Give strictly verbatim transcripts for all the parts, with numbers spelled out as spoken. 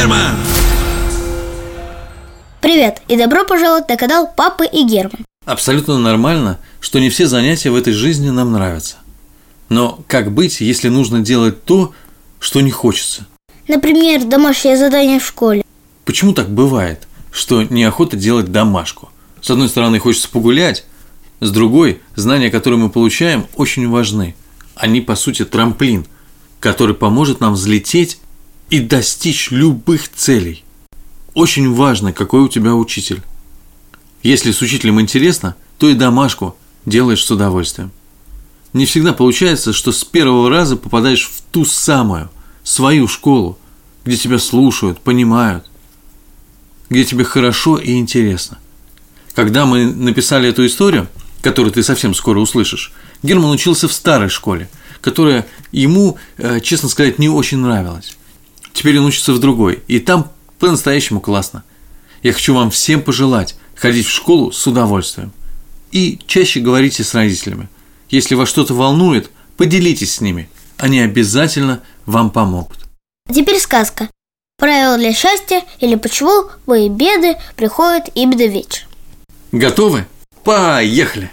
Герман! Привет и добро пожаловать на канал Папы и Герман. Абсолютно нормально, что не все занятия в этой жизни нам нравятся. Но как быть, если нужно делать то, что не хочется? Например, домашнее задание в школе. Почему так бывает, что неохота делать домашку? С одной стороны, хочется погулять, с другой, знания, которые мы получаем, очень важны. Они, по сути, трамплин, который поможет нам взлететь и достичь любых целей. Очень важно, какой у тебя учитель. Если с учителем интересно, то и домашку делаешь с удовольствием. Не всегда получается, что с первого раза попадаешь в ту самую, свою школу, где тебя слушают, понимают, где тебе хорошо и интересно. Когда мы написали эту историю, которую ты совсем скоро услышишь, Герман учился в старой школе, которая ему, честно сказать, не очень нравилась. Теперь он учится в другой, и там по-настоящему классно. Я хочу вам всем пожелать ходить в школу с удовольствием. И чаще говорите с родителями. Если вас что-то волнует, поделитесь с ними. Они обязательно вам помогут. А теперь сказка. Правила для счастья или почему мои беды приходят именно вечером. Готовы? Поехали!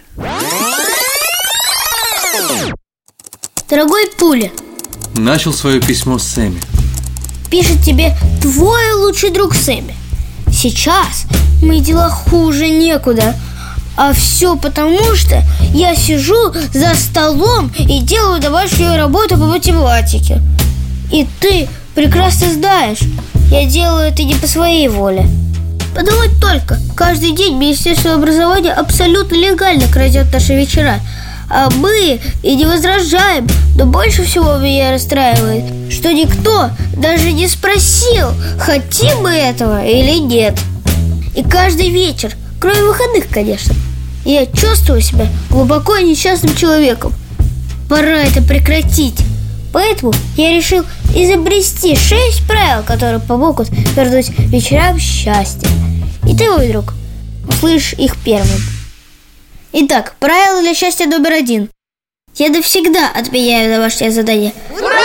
Дорогой Пуля, начал свое письмо Сэмми. Пишет тебе твой лучший друг Сэмми. Сейчас мои дела хуже некуда. А все потому, что я сижу за столом и делаю домашнюю работу по математике. И ты прекрасно знаешь, я делаю это не по своей воле. Подумать только, каждый день Министерство образования абсолютно легально крадет наши вечера. А мы и не возражаем. Но больше всего меня расстраивает, что никто даже не спросил, хотим мы этого или нет. И каждый вечер, кроме выходных, конечно, я чувствую себя глубоко несчастным человеком. Пора это прекратить. Поэтому я решил изобрести шесть правил, которые помогут вернуть вечерам счастье. И ты, мой друг, услышишь их первым. Итак, правило для счастья номер один. Я навсегда отменяю домашнее задание. Ура!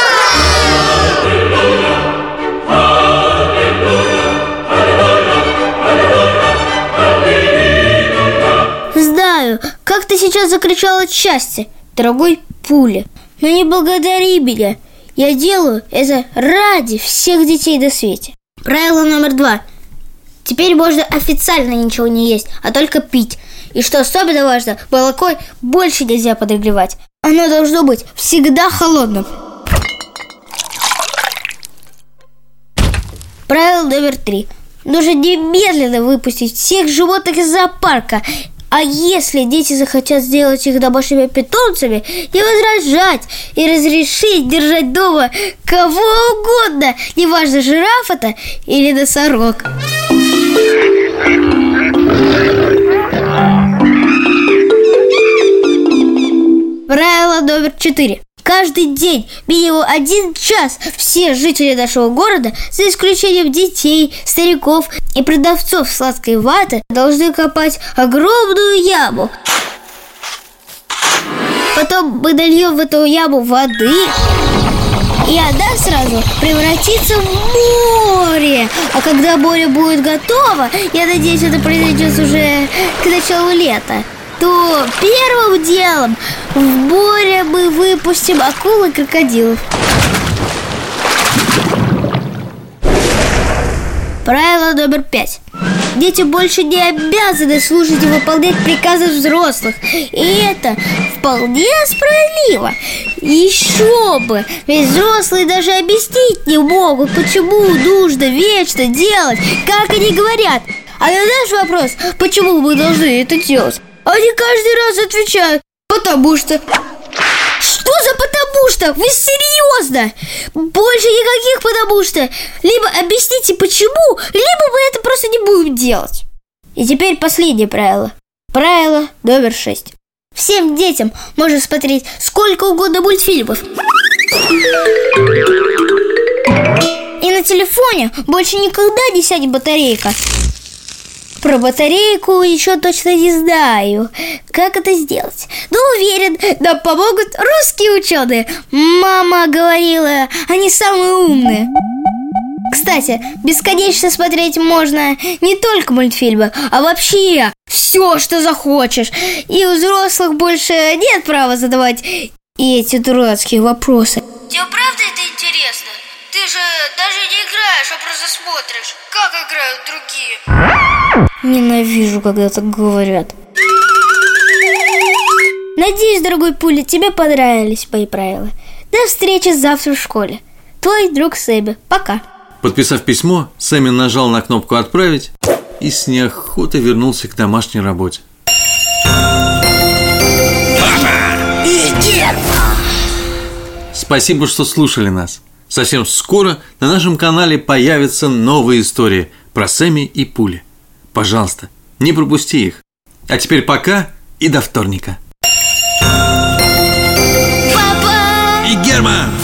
Знаю, как ты сейчас закричал от счастья, дорогой Пуля. Но не благодари меня. Я делаю это ради всех детей на свете. Правило номер два. Теперь можно официально ничего не есть, а только пить. И что особенно важно, молоко больше нельзя подогревать. Оно должно быть всегда холодным. Правило номер три. Нужно немедленно выпустить всех животных из зоопарка. А если дети захотят сделать их домашними питомцами, не возражать и разрешить держать дома кого угодно, неважно, жираф это или носорог. Правило номер четыре. Каждый день, минимум один час, все жители нашего города, за исключением детей, стариков и продавцов сладкой ваты, должны копать огромную яму. Потом мы нальем в эту яму воды, и она сразу превратится в море. А когда море будет готово, я надеюсь, это произойдет уже к началу лета, то первым делом в море мы выпустим акул и крокодилов. Правило номер пять. Дети больше не обязаны слушать и выполнять приказы взрослых. И это вполне справедливо. Еще бы! Ведь взрослые даже объяснить не могут, почему нужно вечно делать, как они говорят. А на наш вопрос, почему мы должны это делать, они каждый раз отвечают: потому что. Что за потому что? Вы серьезно? Больше никаких потому что. Либо объясните почему, либо мы это просто не будем делать. И теперь последнее правило. Правило номер шесть. Всем детям можно смотреть сколько угодно мультфильмов. И на телефоне больше никогда не сядет батарейка. Про батарейку еще точно не знаю, как это сделать. Но уверен, нам помогут русские ученые. Мама говорила, они самые умные. Кстати, бесконечно смотреть можно не только мультфильмы, а вообще все, что захочешь. И у взрослых больше нет права задавать эти дурацкие вопросы. Тебе правда это интересно? Ты же даже не играешь, а просто смотришь, как играют другие. Ненавижу, когда так говорят. Надеюсь, дорогой Пуля, тебе понравились мои правила. До встречи завтра в школе. Твой друг Сэмми. Пока. Подписав письмо, Сэмми нажал на кнопку «Отправить» и с неохотой вернулся к домашней работе. Спасибо, что слушали нас. Совсем скоро на нашем канале появятся новые истории про Сэмми и Пули. Пожалуйста, не пропусти их. А теперь пока и до вторника. Папа! И Герман!